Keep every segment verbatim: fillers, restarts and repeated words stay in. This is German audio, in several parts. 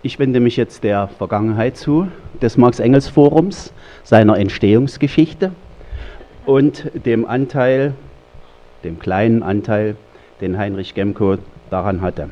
Ich wende mich jetzt der Vergangenheit zu, des Marx-Engels-Forums, seiner Entstehungsgeschichte und dem Anteil, dem kleinen Anteil, den Heinrich Gemko daran hatte.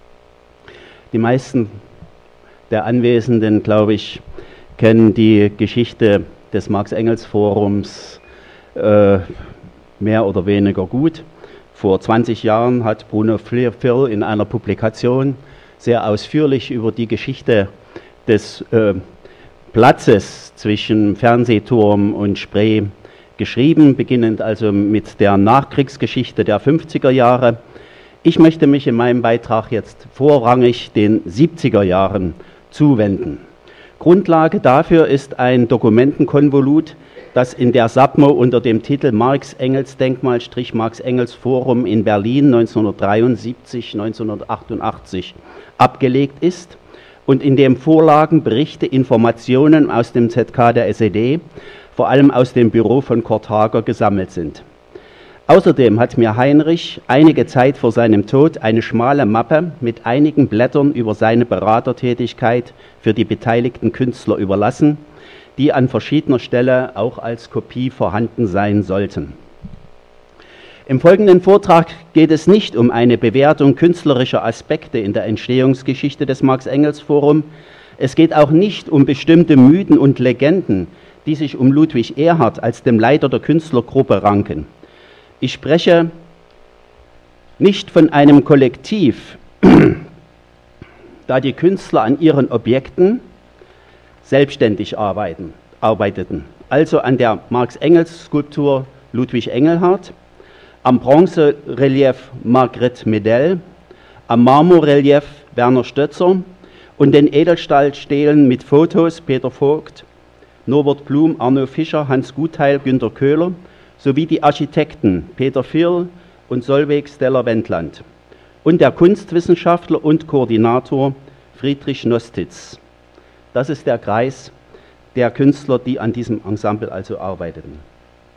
Die meisten der Anwesenden, glaube ich, kennen die Geschichte des Marx-Engels-Forums äh, mehr oder weniger gut. Vor zwanzig Jahren hat Bruno Firl in einer Publikation sehr ausführlich über die Geschichte des äh, Platzes zwischen Fernsehturm und Spree geschrieben, beginnend also mit der Nachkriegsgeschichte der fünfziger Jahre. Ich möchte mich in meinem Beitrag jetzt vorrangig den siebziger Jahren zuwenden. Grundlage dafür ist ein Dokumentenkonvolut, das in der SAPMO unter dem Titel Marx-Engels-Denkmal-Marx-Engels-Forum in Berlin neunzehnhundertdreiundsiebzig bis neunzehnhundertachtundachtzig abgelegt ist und in dem Vorlagen, Berichte, Informationen aus dem Z K der S E D, vor allem aus dem Büro von Kurt Hager, gesammelt sind. Außerdem hat mir Heinrich einige Zeit vor seinem Tod eine schmale Mappe mit einigen Blättern über seine Beratertätigkeit für die beteiligten Künstler überlassen, die an verschiedener Stelle auch als Kopie vorhanden sein sollten. Im folgenden Vortrag geht es nicht um eine Bewertung künstlerischer Aspekte in der Entstehungsgeschichte des Marx-Engels-Forum. Es geht auch nicht um bestimmte Mythen und Legenden, die sich um Ludwig Erhard als dem Leiter der Künstlergruppe ranken. Ich spreche nicht von einem Kollektiv, da die Künstler an ihren Objekten selbstständig arbeiten, arbeiteten, also an der Marx-Engels-Skulptur Ludwig Engelhard, am Bronzerelief Margrethe Medell, am Marmorrelief Werner Stötzer und den Edelstahlstelen mit Fotos Peter Vogt, Norbert Blum, Arno Fischer, Hans Gutheil, Günter Köhler sowie die Architekten Peter Firl und Solveig Steller-Wendland und der Kunstwissenschaftler und Koordinator Friedrich Nostitz. Das ist der Kreis der Künstler, die an diesem Ensemble also arbeiteten.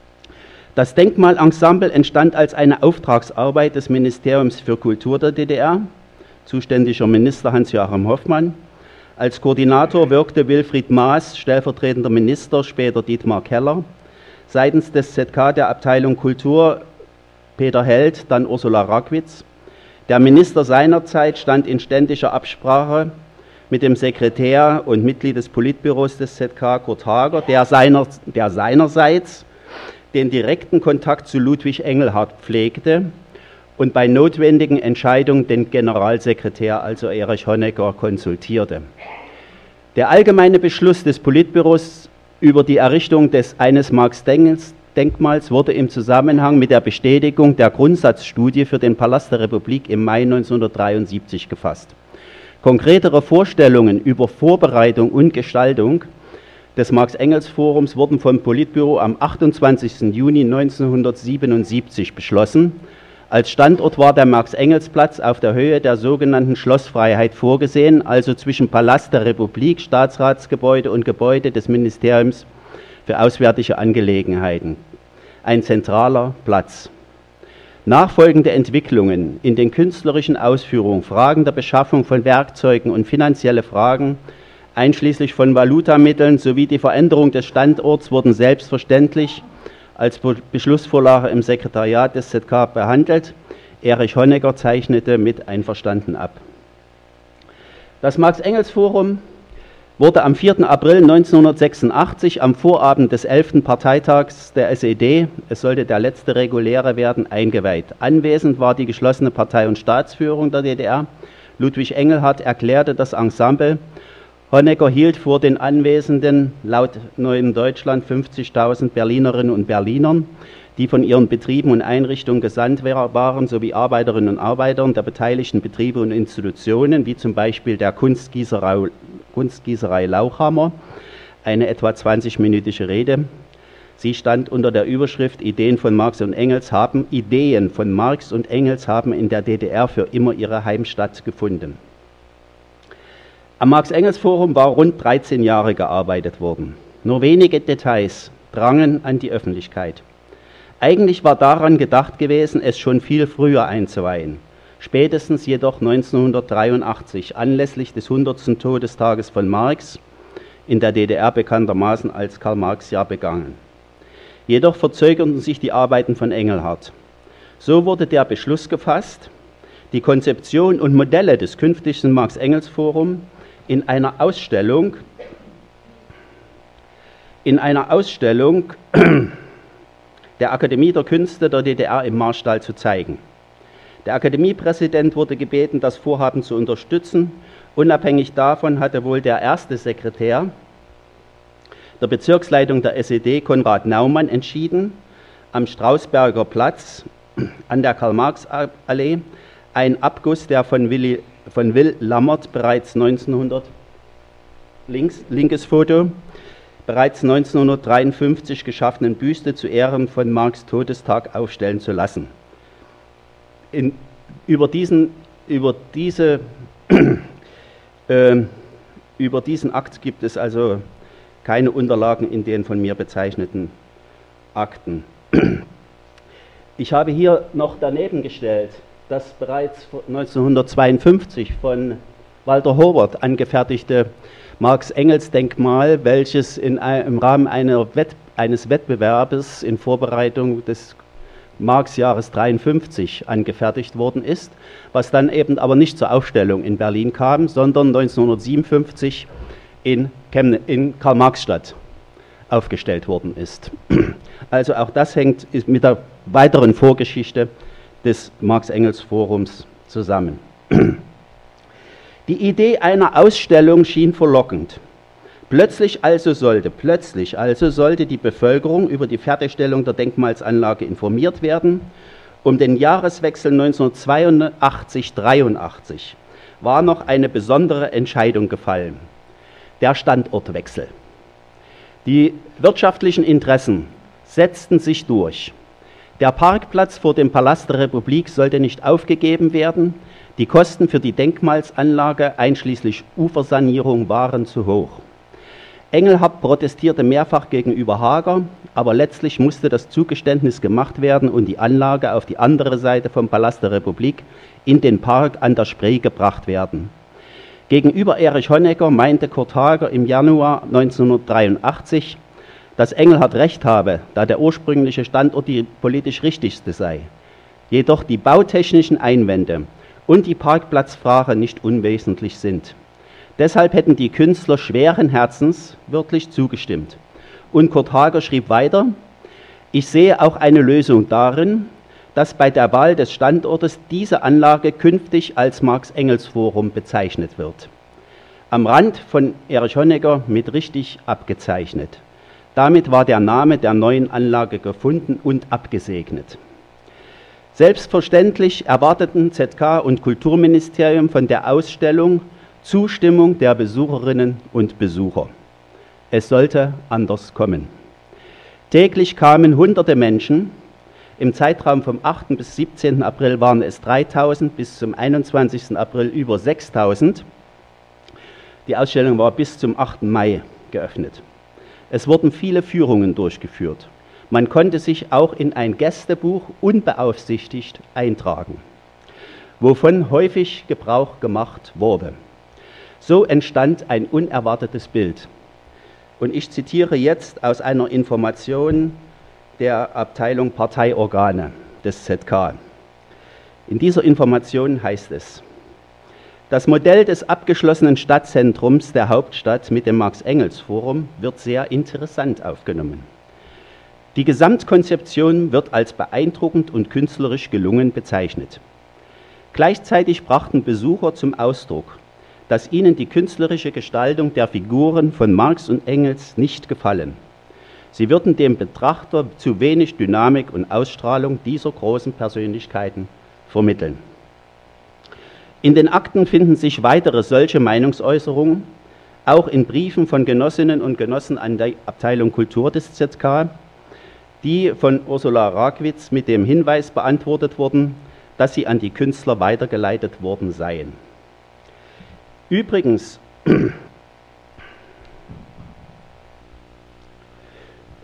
Das Denkmalensemble entstand als eine Auftragsarbeit des Ministeriums für Kultur der D D R, zuständiger Minister Hans-Joachim Hoffmann. Als Koordinator wirkte Wilfried Maaß, stellvertretender Minister, später Dietmar Keller. Seitens des Z K der Abteilung Kultur Peter Held, dann Ursula Rackwitz. Der Minister seinerzeit stand in ständiger Absprache mit dem Sekretär und Mitglied des Politbüros des Z K, Kurt Hager, der, seiner, der seinerseits den direkten Kontakt zu Ludwig Engelhard pflegte und bei notwendigen Entscheidungen den Generalsekretär, also Erich Honecker, konsultierte. Der allgemeine Beschluss des Politbüros über die Errichtung des eines Marx-Denkmals wurde im Zusammenhang mit der Bestätigung der Grundsatzstudie für den Palast der Republik im Mai neunzehnhundertdreiundsiebzig gefasst. Konkretere Vorstellungen über Vorbereitung und Gestaltung des Marx-Engels-Forums wurden vom Politbüro am achtundzwanzigsten Juni neunzehnhundertsiebenundsiebzig beschlossen. Als Standort war der Marx-Engels-Platz auf der Höhe der sogenannten Schlossfreiheit vorgesehen, also zwischen Palast der Republik, Staatsratsgebäude und Gebäude des Ministeriums für Auswärtige Angelegenheiten. Ein zentraler Platz. Nachfolgende Entwicklungen in den künstlerischen Ausführungen, Fragen der Beschaffung von Werkzeugen und finanzielle Fragen, einschließlich von Valutamitteln sowie die Veränderung des Standorts wurden selbstverständlich als Beschlussvorlage im Sekretariat des Z K behandelt. Erich Honecker zeichnete mit einverstanden ab. Das Marx-Engels-Forum wurde am vierten April neunzehnhundertsechsundachtzig am Vorabend des elften Parteitags der S E D, es sollte der letzte reguläre werden, eingeweiht. Anwesend war die geschlossene Partei- und Staatsführung der D D R. Ludwig Engelhard erklärte das Ensemble. Honecker hielt vor den Anwesenden laut Neuen Deutschland fünfzigtausend Berlinerinnen und Berlinern, die von ihren Betrieben und Einrichtungen gesandt waren, sowie Arbeiterinnen und Arbeitern der beteiligten Betriebe und Institutionen, wie zum Beispiel der Kunstgießerei, Kunstgießerei Lauchhammer, eine etwa zwanzigminütige Rede. Sie stand unter der Überschrift Ideen von Marx und Engels haben, Ideen von Marx und Engels haben in der D D R für immer ihre Heimstatt gefunden. Am Marx-Engels-Forum war rund dreizehn Jahre gearbeitet worden. Nur wenige Details drangen an die Öffentlichkeit. Eigentlich war daran gedacht gewesen, es schon viel früher einzuweihen. spätestens jedoch neunzehnhundertdreiundachtzig, anlässlich des hundertsten Todestages von Marx, in der D D R bekanntermaßen als Karl-Marx-Jahr begangen. Jedoch verzögerten sich die Arbeiten von Engelhard. So wurde der Beschluss gefasst, die Konzeption und Modelle des künftigen Marx-Engels-Forum in einer Ausstellung, in einer Ausstellung der Akademie der Künste der D D R im Marstall zu zeigen. Der Akademiepräsident wurde gebeten, das Vorhaben zu unterstützen. Unabhängig davon hatte wohl der erste Sekretär der Bezirksleitung der S E D, Konrad Naumann, entschieden, am Strausberger Platz an der Karl-Marx-Allee ein Abguss der von, Willi, von Will Lammert bereits neunzehnhundert, links, linkes Foto, bereits neunzehnhundertdreiundfünfzig geschaffenen Büste zu Ehren von Marx' Todestag aufstellen zu lassen. In, über, diesen, über, diese, äh, über diesen Akt gibt es also keine Unterlagen in den von mir bezeichneten Akten. Ich habe hier noch daneben gestellt das bereits neunzehnhundertzweiundfünfzig von Walter Horvath angefertigte Marx-Engels-Denkmal, welches in, im Rahmen einer Wett, eines Wettbewerbes in Vorbereitung des Marx-Jahres dreiundfünfzig angefertigt worden ist, was dann eben aber nicht zur Aufstellung in Berlin kam, sondern neunzehnhundertsiebenundfünfzig in, Chemne, in Karl-Marx-Stadt aufgestellt worden ist. Also auch das hängt mit der weiteren Vorgeschichte des Marx-Engels-Forums zusammen. Die Idee einer Ausstellung schien verlockend. Plötzlich also sollte, plötzlich also sollte die Bevölkerung über die Fertigstellung der Denkmalsanlage informiert werden. Um den Jahreswechsel neunzehnhundertzweiundachtzig dreiundachtzig war noch eine besondere Entscheidung gefallen: der Standortwechsel. Die wirtschaftlichen Interessen setzten sich durch. Der Parkplatz vor dem Palast der Republik sollte nicht aufgegeben werden. Die Kosten für die Denkmalsanlage einschließlich Ufersanierung waren zu hoch. Engelhard protestierte mehrfach gegenüber Hager, aber letztlich musste das Zugeständnis gemacht werden und die Anlage auf die andere Seite vom Palast der Republik in den Park an der Spree gebracht werden. Gegenüber Erich Honecker meinte Kurt Hager im Januar neunzehnhundertdreiundachtzig, dass Engelhard recht habe, da der ursprüngliche Standort die politisch richtigste sei. Jedoch die bautechnischen Einwände und die Parkplatzfrage nicht unwesentlich sind. Deshalb hätten die Künstler schweren Herzens wörtlich zugestimmt. Und Kurt Hager schrieb weiter: Ich sehe auch eine Lösung darin, dass bei der Wahl des Standortes diese Anlage künftig als Marx-Engels-Forum bezeichnet wird. Am Rand von Erich Honecker mit richtig abgezeichnet. Damit war der Name der neuen Anlage gefunden und abgesegnet. Selbstverständlich erwarteten Z K und Kulturministerium von der Ausstellung Zustimmung der Besucherinnen und Besucher. Es sollte anders kommen. Täglich kamen hunderte Menschen. Im Zeitraum vom achten bis siebzehnten April waren es dreitausend, bis zum einundzwanzigsten April über sechstausend. Die Ausstellung war bis zum achten Mai geöffnet. Es wurden viele Führungen durchgeführt. Man konnte sich auch in ein Gästebuch unbeaufsichtigt eintragen, wovon häufig Gebrauch gemacht wurde. So entstand ein unerwartetes Bild. Und ich zitiere jetzt aus einer Information der Abteilung Parteiorgane des Z K. In dieser Information heißt es: Das Modell des abgeschlossenen Stadtzentrums der Hauptstadt mit dem Marx-Engels-Forum wird sehr interessant aufgenommen. Die Gesamtkonzeption wird als beeindruckend und künstlerisch gelungen bezeichnet. Gleichzeitig brachten Besucher zum Ausdruck, dass ihnen die künstlerische Gestaltung der Figuren von Marx und Engels nicht gefallen. Sie würden dem Betrachter zu wenig Dynamik und Ausstrahlung dieser großen Persönlichkeiten vermitteln. In den Akten finden sich weitere solche Meinungsäußerungen, auch in Briefen von Genossinnen und Genossen an die Abteilung Kultur des Z K, die von Ursula Rakwitz mit dem Hinweis beantwortet wurden, dass sie an die Künstler weitergeleitet worden seien. Übrigens,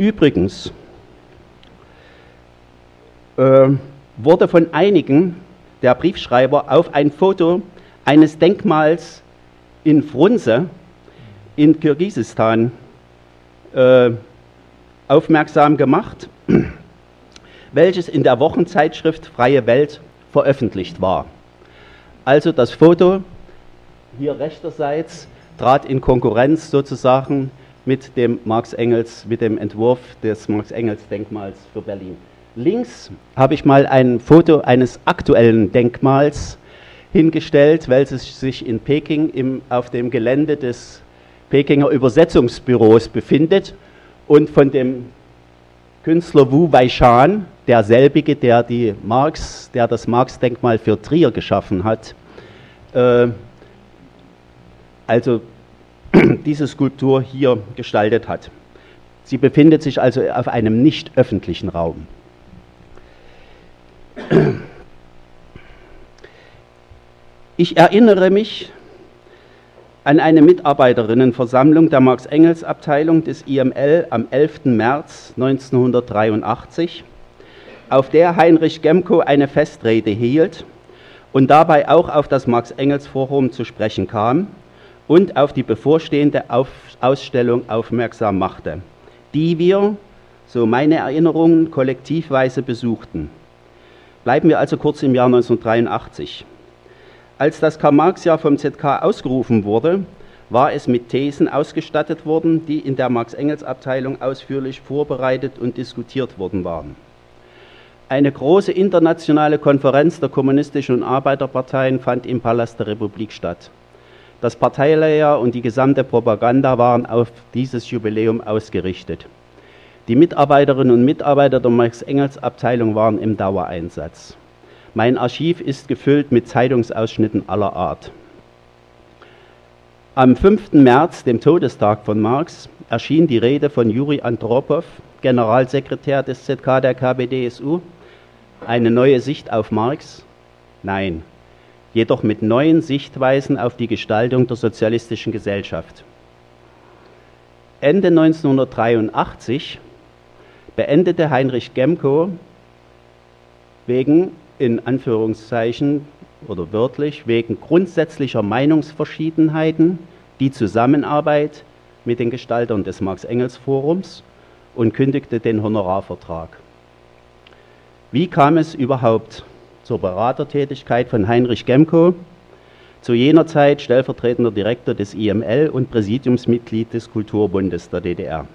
übrigens äh, wurde von einigen der Briefschreiber, auf ein Foto eines Denkmals in Frunze in Kirgisistan äh, aufmerksam gemacht, welches in der Wochenzeitschrift Freie Welt veröffentlicht war. Also das Foto hier rechterseits trat in Konkurrenz sozusagen mit dem Marx-Engels, mit dem Entwurf des Marx-Engels-Denkmals für Berlin. Links habe ich mal ein Foto eines aktuellen Denkmals hingestellt, welches sich in Peking im, auf dem Gelände des Pekinger Übersetzungsbüros befindet und von dem Künstler Wu Weishan, derselbige, der, die Marx, der das Marx-Denkmal für Trier geschaffen hat, äh, also diese Skulptur hier gestaltet hat. Sie befindet sich also auf einem nicht öffentlichen Raum. Ich erinnere mich an eine Mitarbeiterinnenversammlung der Marx-Engels-Abteilung des I M L am elften März neunzehnhundertdreiundachtzig, auf der Heinrich Gemko eine Festrede hielt und dabei auch auf das Marx-Engels-Forum zu sprechen kam und auf die bevorstehende auf Ausstellung aufmerksam machte, die wir, so meine Erinnerungen, kollektivweise besuchten. Bleiben wir also kurz im Jahr neunzehnhundertdreiundachtzig. Als das Karl-Marx-Jahr vom Z K ausgerufen wurde, war es mit Thesen ausgestattet worden, die in der Marx-Engels-Abteilung ausführlich vorbereitet und diskutiert worden waren. Eine große internationale Konferenz der kommunistischen und Arbeiterparteien fand im Palast der Republik statt. Das Parteilager und die gesamte Propaganda waren auf dieses Jubiläum ausgerichtet. Die Mitarbeiterinnen und Mitarbeiter der Marx-Engels-Abteilung waren im Dauereinsatz. Mein Archiv ist gefüllt mit Zeitungsausschnitten aller Art. Am fünften März, dem Todestag von Marx, erschien die Rede von Juri Andropow, Generalsekretär des Z K der K P D S U. Eine neue Sicht auf Marx? Nein, jedoch mit neuen Sichtweisen auf die Gestaltung der sozialistischen Gesellschaft. Ende neunzehnhundertdreiundachtzig beendete Heinrich Gemko wegen, in Anführungszeichen oder wörtlich, wegen grundsätzlicher Meinungsverschiedenheiten die Zusammenarbeit mit den Gestaltern des Marx-Engels-Forums und kündigte den Honorarvertrag. Wie kam es überhaupt zur Beratertätigkeit von Heinrich Gemko, zu jener Zeit stellvertretender Direktor des I M L und Präsidiumsmitglied des Kulturbundes der D D R?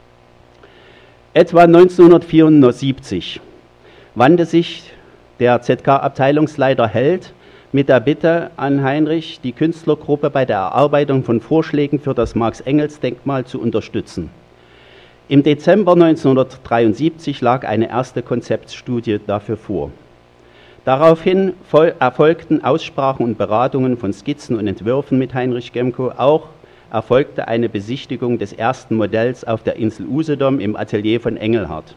Etwa neunzehnhundertvierundsiebzig wandte sich der Z K-Abteilungsleiter Held mit der Bitte an Heinrich, die Künstlergruppe bei der Erarbeitung von Vorschlägen für das Marx-Engels-Denkmal zu unterstützen. Im Dezember neunzehnhundertdreiundsiebzig lag eine erste Konzeptstudie dafür vor. Daraufhin erfolgten Aussprachen und Beratungen von Skizzen und Entwürfen mit Heinrich Gemko. Auch erfolgte eine Besichtigung des ersten Modells auf der Insel Usedom im Atelier von Engelhardt.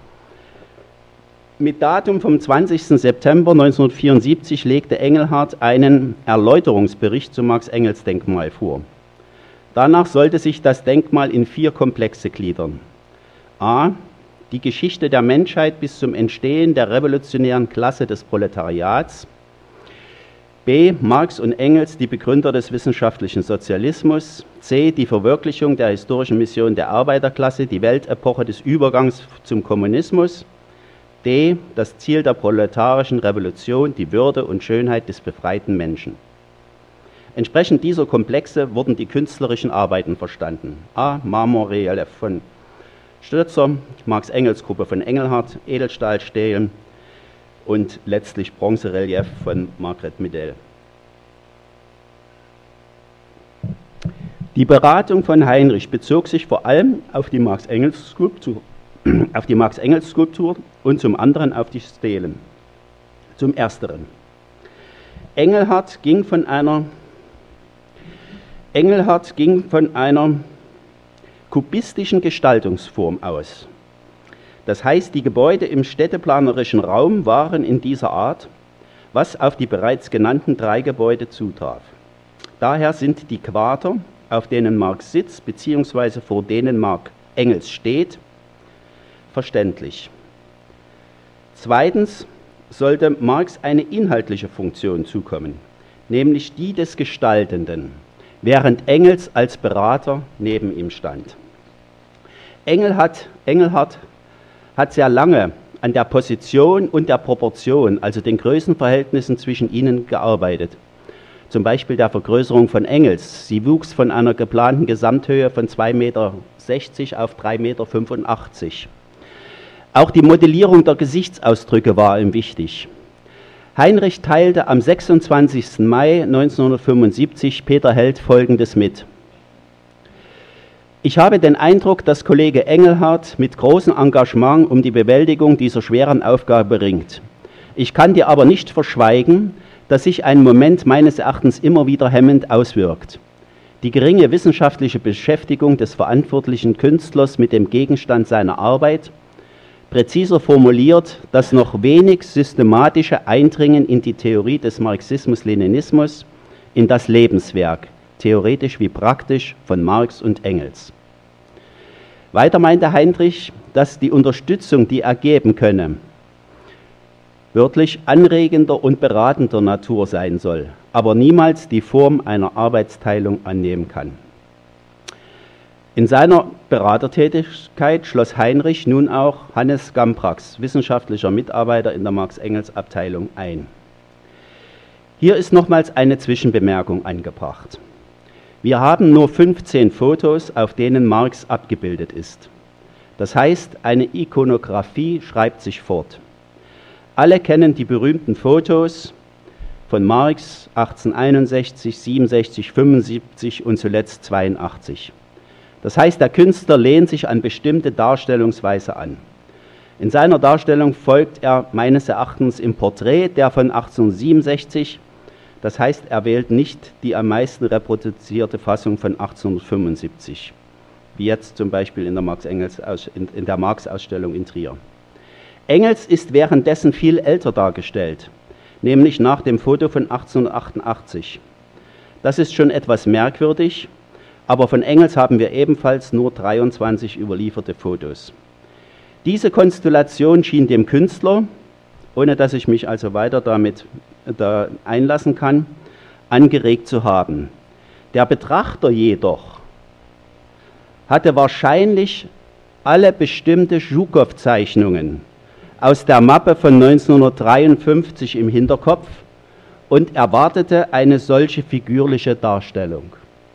Mit Datum vom zwanzigsten September neunzehnhundertvierundsiebzig legte Engelhardt einen Erläuterungsbericht zum Marx-Engels-Denkmal vor. Danach sollte sich das Denkmal in vier Komplexe gliedern. A. Die Geschichte der Menschheit bis zum Entstehen der revolutionären Klasse des Proletariats. B. Marx und Engels, die Begründer des wissenschaftlichen Sozialismus. C. Die Verwirklichung der historischen Mission der Arbeiterklasse, die Weltepoche des Übergangs zum Kommunismus. D. Das Ziel der proletarischen Revolution, die Würde und Schönheit des befreiten Menschen. Entsprechend dieser Komplexe wurden die künstlerischen Arbeiten verstanden. A. Marmorrelief von Stürzer, Marx-Engels-Gruppe von Engelhardt, Edelstahlstelen und letztlich Bronzerelief von Margret Middel. Die Beratung von Heinrich bezog sich vor allem auf die Marx-Engels-Skulptur, auf die Marx-Engels-Skulptur und zum anderen auf die Stelen. Zum Ersteren. Engelhardt ging von einer, Engelhardt ging von einer kubistischen Gestaltungsform aus. Das heißt, die Gebäude im städteplanerischen Raum waren in dieser Art, was auf die bereits genannten drei Gebäude zutraf. Daher sind die Quader, auf denen Marx sitzt, beziehungsweise vor denen Marx Engels steht, verständlich. Zweitens sollte Marx eine inhaltliche Funktion zukommen, nämlich die des Gestaltenden, während Engels als Berater neben ihm stand. Engelhardt, Engelhardt hat sehr lange an der Position und der Proportion, also den Größenverhältnissen zwischen ihnen gearbeitet. Zum Beispiel der Vergrößerung von Engels. Sie wuchs von einer geplanten Gesamthöhe von zwei Meter sechzig auf drei Meter fünfundachtzig. Auch die Modellierung der Gesichtsausdrücke war ihm wichtig. Heinrich teilte am sechsundzwanzigsten Mai neunzehnhundertfünfundsiebzig Peter Held Folgendes mit: Ich habe den Eindruck, dass Kollege Engelhardt mit großem Engagement um die Bewältigung dieser schweren Aufgabe ringt. Ich kann dir aber nicht verschweigen, dass sich ein Moment meines Erachtens immer wieder hemmend auswirkt. Die geringe wissenschaftliche Beschäftigung des verantwortlichen Künstlers mit dem Gegenstand seiner Arbeit, präziser formuliert, das noch wenig systematische Eindringen in die Theorie des Marxismus-Leninismus, in das Lebenswerk, theoretisch wie praktisch, von Marx und Engels. Weiter meinte Heinrich, dass die Unterstützung, die er geben könne, wörtlich anregender und beratender Natur sein soll, aber niemals die Form einer Arbeitsteilung annehmen kann. In seiner Beratertätigkeit schloss Heinrich nun auch Hannes Gamprax, wissenschaftlicher Mitarbeiter in der Marx-Engels-Abteilung, ein. Hier ist nochmals eine Zwischenbemerkung angebracht. Wir haben nur fünfzehn Fotos, auf denen Marx abgebildet ist. Das heißt, eine Ikonographie schreibt sich fort. Alle kennen die berühmten Fotos von Marx achtzehnhunderteinundsechzig, siebenundsechzig, fünfundsiebzig und zuletzt zweiundachtzig. Das heißt, der Künstler lehnt sich an bestimmte Darstellungsweise an. In seiner Darstellung folgt er meines Erachtens im Porträt der von achtzehnhundertsiebenundsechzig, das heißt, er wählt nicht die am meisten reproduzierte Fassung von achtzehnhundertfünfundsiebzig, wie jetzt zum Beispiel in der Marx-Ausstellung in Trier. Engels ist währenddessen viel älter dargestellt, nämlich nach dem Foto von achtzehnhundertachtundachtzig. Das ist schon etwas merkwürdig, aber von Engels haben wir ebenfalls nur dreiundzwanzig überlieferte Fotos. Diese Konstellation schien dem Künstler, ohne dass ich mich also weiter damit da einlassen kann, angeregt zu haben. Der Betrachter jedoch hatte wahrscheinlich alle bestimmte Zhukow-Zeichnungen aus der Mappe von neunzehnhundertdreiundfünfzig im Hinterkopf und erwartete eine solche figürliche Darstellung.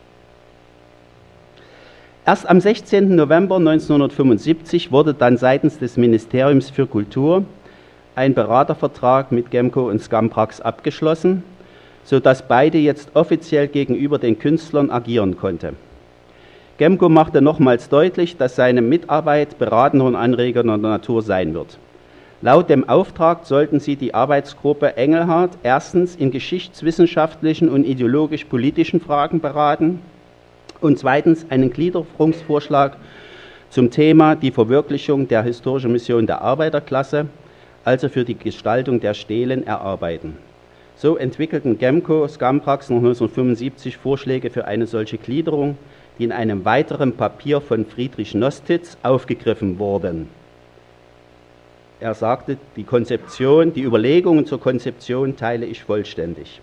Erst am sechzehnten November neunzehnhundertfünfundsiebzig wurde dann seitens des Ministeriums für Kultur ein Beratervertrag mit Gemco und Gamprax abgeschlossen, sodass beide jetzt offiziell gegenüber den Künstlern agieren konnten. Gemco machte nochmals deutlich, dass seine Mitarbeit beratender und anregender Natur sein wird. Laut dem Auftrag sollten sie die Arbeitsgruppe Engelhardt erstens in geschichtswissenschaftlichen und ideologisch-politischen Fragen beraten und zweitens einen Gliederungsvorschlag zum Thema die Verwirklichung der historischen Mission der Arbeiterklasse, also für die Gestaltung der Stelen, erarbeiten. So entwickelten Gemco, Gamprax neunzehnhundertfünfundsiebzig Vorschläge für eine solche Gliederung, die in einem weiteren Papier von Friedrich Nostitz aufgegriffen wurden. Er sagte, die Konzeption, die Überlegungen zur Konzeption teile ich vollständig.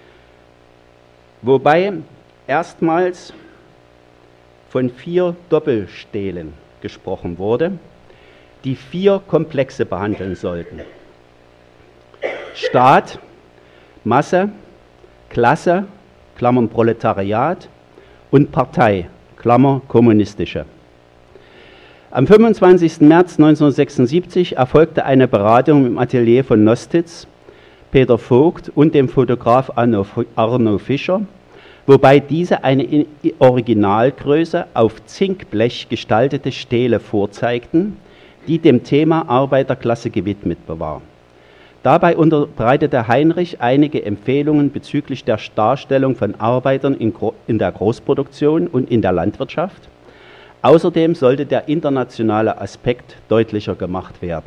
Wobei erstmals von vier Doppelstelen gesprochen wurde, die vier Komplexe behandeln sollten. Staat, Masse, Klasse, Klammern Proletariat und Partei, Klammer kommunistische. Am fünfundzwanzigsten März neunzehnhundertsechsundsiebzig erfolgte eine Beratung im Atelier von Nostitz, Peter Vogt und dem Fotograf Arno Fischer, wobei diese eine in Originalgröße auf Zinkblech gestaltete Stele vorzeigten, die dem Thema Arbeiterklasse gewidmet war. Dabei unterbreitete Heinrich einige Empfehlungen bezüglich der Darstellung von Arbeitern in, in der Großproduktion und in der Landwirtschaft. Außerdem sollte der internationale Aspekt deutlicher gemacht werden.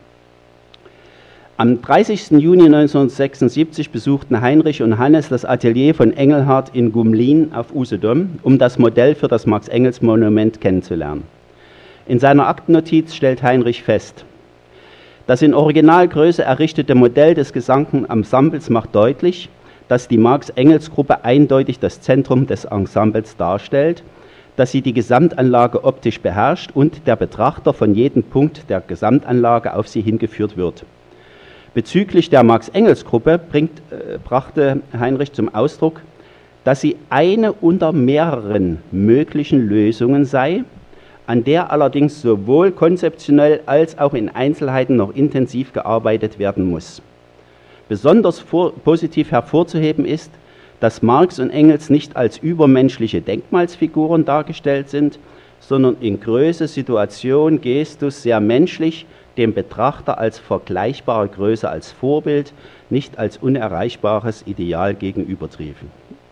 Am dreißigsten Juni neunzehnhundertsechsundsiebzig besuchten Heinrich und Hannes das Atelier von Engelhardt in Gumlin auf Usedom, um das Modell für das Marx-Engels-Monument kennenzulernen. In seiner Aktennotiz stellt Heinrich fest: Das in Originalgröße errichtete Modell des gesamten Ensembles macht deutlich, dass die Marx-Engels-Gruppe eindeutig das Zentrum des Ensembles darstellt, dass sie die Gesamtanlage optisch beherrscht und der Betrachter von jedem Punkt der Gesamtanlage auf sie hingeführt wird. Bezüglich der Marx-Engels-Gruppe bringt, äh, brachte Heinrich zum Ausdruck, dass sie eine unter mehreren möglichen Lösungen sei, an der allerdings sowohl konzeptionell als auch in Einzelheiten noch intensiv gearbeitet werden muss. Besonders vor, positiv hervorzuheben ist, dass Marx und Engels nicht als übermenschliche Denkmalsfiguren dargestellt sind, sondern in Größe, Situation, Gestus sehr menschlich, dem Betrachter als vergleichbare Größe, als Vorbild, nicht als unerreichbares Ideal gegenübertreten.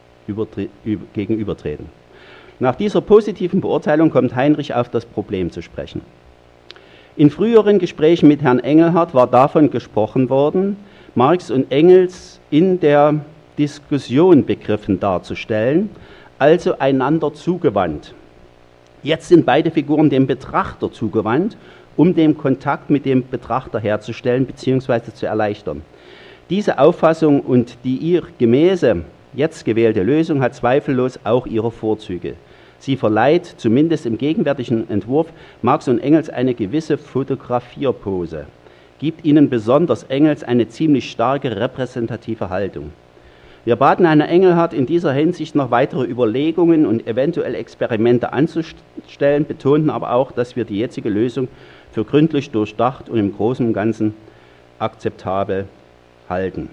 Nach dieser positiven Beurteilung kommt Heinrich auf das Problem zu sprechen. In früheren Gesprächen mit Herrn Engelhardt war davon gesprochen worden, Marx und Engels in der Diskussion begriffen darzustellen, also einander zugewandt. Jetzt sind beide Figuren dem Betrachter zugewandt, um den Kontakt mit dem Betrachter herzustellen bzw. zu erleichtern. Diese Auffassung und die ihr gemäße jetzt gewählte Lösung hat zweifellos auch ihre Vorzüge. Sie verleiht, zumindest im gegenwärtigen Entwurf, Marx und Engels eine gewisse Fotografierpose, gibt ihnen besonders Engels eine ziemlich starke repräsentative Haltung. Wir baten Herrn Engelhardt in dieser Hinsicht noch weitere Überlegungen und eventuell Experimente anzustellen, betonten aber auch, dass wir die jetzige Lösung für gründlich durchdacht und im Großen und Ganzen akzeptabel halten.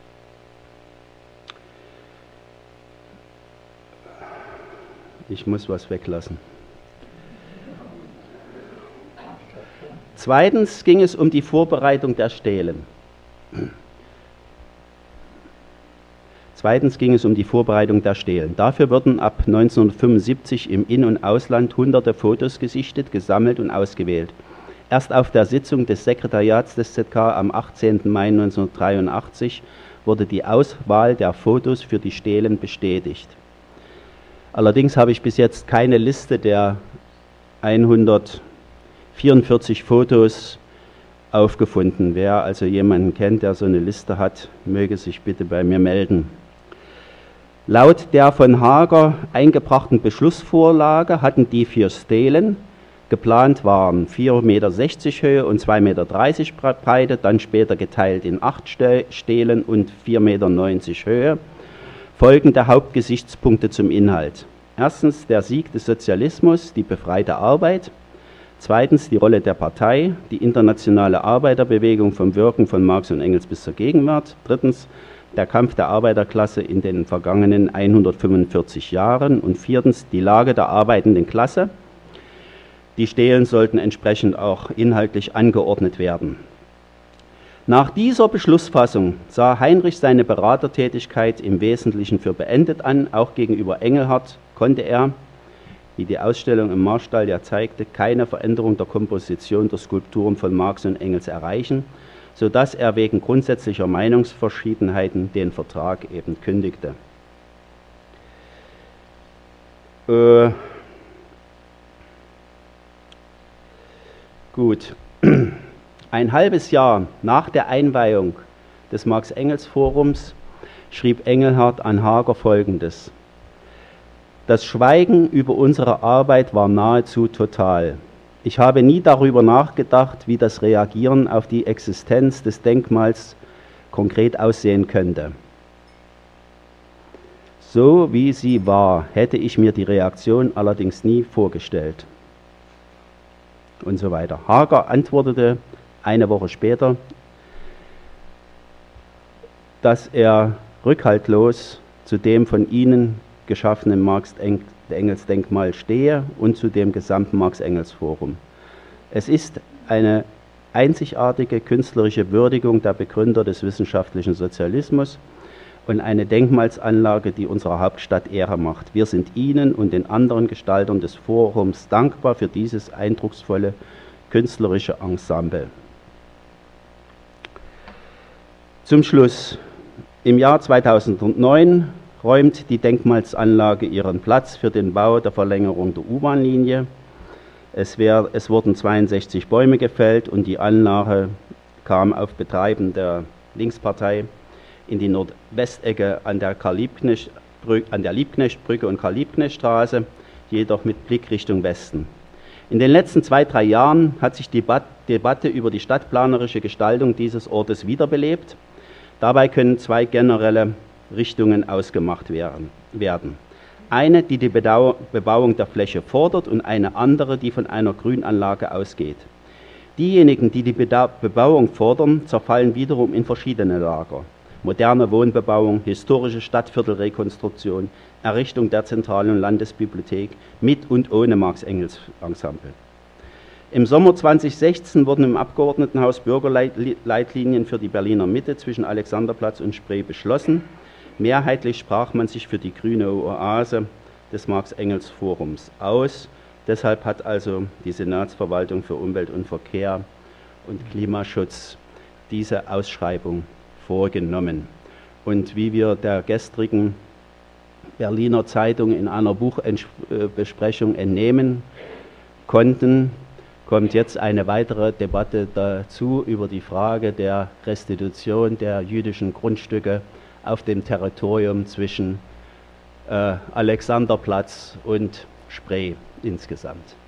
Ich muss was weglassen. Zweitens ging es um die Vorbereitung der Stelen. Zweitens ging es um die Vorbereitung der Stelen. Dafür wurden ab neunzehnhundertfünfundsiebzig im In- und Ausland hunderte Fotos gesichtet, gesammelt und ausgewählt. Erst auf der Sitzung des Sekretariats des Z K am achtzehnten Mai neunzehnhundertdreiundachtzig wurde die Auswahl der Fotos für die Stelen bestätigt. Allerdings habe ich bis jetzt keine Liste der hundertvierundvierzig Fotos aufgefunden. Wer also jemanden kennt, der so eine Liste hat, möge sich bitte bei mir melden. Laut der von Hager eingebrachten Beschlussvorlage hatten die vier Stelen, geplant waren vier Meter sechzig Höhe und zwei Meter dreißig Breite, dann später geteilt in acht Stelen und vier Meter neunzig Höhe, folgende Hauptgesichtspunkte zum Inhalt. Erstens der Sieg des Sozialismus, die befreite Arbeit. Zweitens die Rolle der Partei, die internationale Arbeiterbewegung vom Wirken von Marx und Engels bis zur Gegenwart. Drittens der Kampf der Arbeiterklasse in den vergangenen hundertfünfundvierzig Jahren. Und viertens die Lage der arbeitenden Klasse. Die Stelen sollten entsprechend auch inhaltlich angeordnet werden. Nach dieser Beschlussfassung sah Heinrich seine Beratertätigkeit im Wesentlichen für beendet an. Auch gegenüber Engelhardt konnte er, wie die Ausstellung im Marstall ja zeigte, keine Veränderung der Komposition der Skulpturen von Marx und Engels erreichen, sodass er wegen grundsätzlicher Meinungsverschiedenheiten den Vertrag eben kündigte. Äh, gut. Ein halbes Jahr nach der Einweihung des Marx-Engels-Forums schrieb Engelhardt an Hager Folgendes: Das Schweigen über unsere Arbeit war nahezu total. Ich habe nie darüber nachgedacht, wie das Reagieren auf die Existenz des Denkmals konkret aussehen könnte. So wie sie war, hätte ich mir die Reaktion allerdings nie vorgestellt. Und so weiter. Hager antwortete eine Woche später, dass er rückhaltlos zu dem von ihnen geschaffenen Marx-Engels-Denkmal stehe und zu dem gesamten Marx-Engels-Forum. Es ist eine einzigartige künstlerische Würdigung der Begründer des wissenschaftlichen Sozialismus und eine Denkmalsanlage, die unserer Hauptstadt Ehre macht. Wir sind Ihnen und den anderen Gestaltern des Forums dankbar für dieses eindrucksvolle künstlerische Ensemble. Zum Schluss. Im Jahr zweitausendneun räumt die Denkmalsanlage ihren Platz für den Bau der Verlängerung der U-Bahn-Linie. Es, wär, es wurden zweiundsechzig Bäume gefällt und die Anlage kam auf Betreiben der Linkspartei in die Nordwestecke an der, an der Liebknechtbrücke und Karl-Liebknecht-Straße, jedoch mit Blick Richtung Westen. In den letzten zwei, drei Jahren hat sich die Debatte über die stadtplanerische Gestaltung dieses Ortes wiederbelebt. Dabei können zwei generelle Richtungen ausgemacht werden. Eine, die die Bebauung der Fläche fordert, und eine andere, die von einer Grünanlage ausgeht. Diejenigen, die die Bebauung fordern, zerfallen wiederum in verschiedene Lager. Moderne Wohnbebauung, historische Stadtviertelrekonstruktion, Errichtung der zentralen Landesbibliothek mit und ohne Marx-Engels-Ensemble. Im Sommer zweitausendsechzehn wurden im Abgeordnetenhaus Bürgerleitlinien für die Berliner Mitte zwischen Alexanderplatz und Spree beschlossen. Mehrheitlich sprach man sich für die grüne Oase des Marx-Engels-Forums aus. Deshalb hat also die Senatsverwaltung für Umwelt und Verkehr und Klimaschutz diese Ausschreibung vorgenommen. Und wie wir der gestrigen Berliner Zeitung in einer Buchbesprechung entnehmen konnten, kommt jetzt eine weitere Debatte dazu über die Frage der Restitution der jüdischen Grundstücke auf dem Territorium zwischen äh, Alexanderplatz und Spree insgesamt.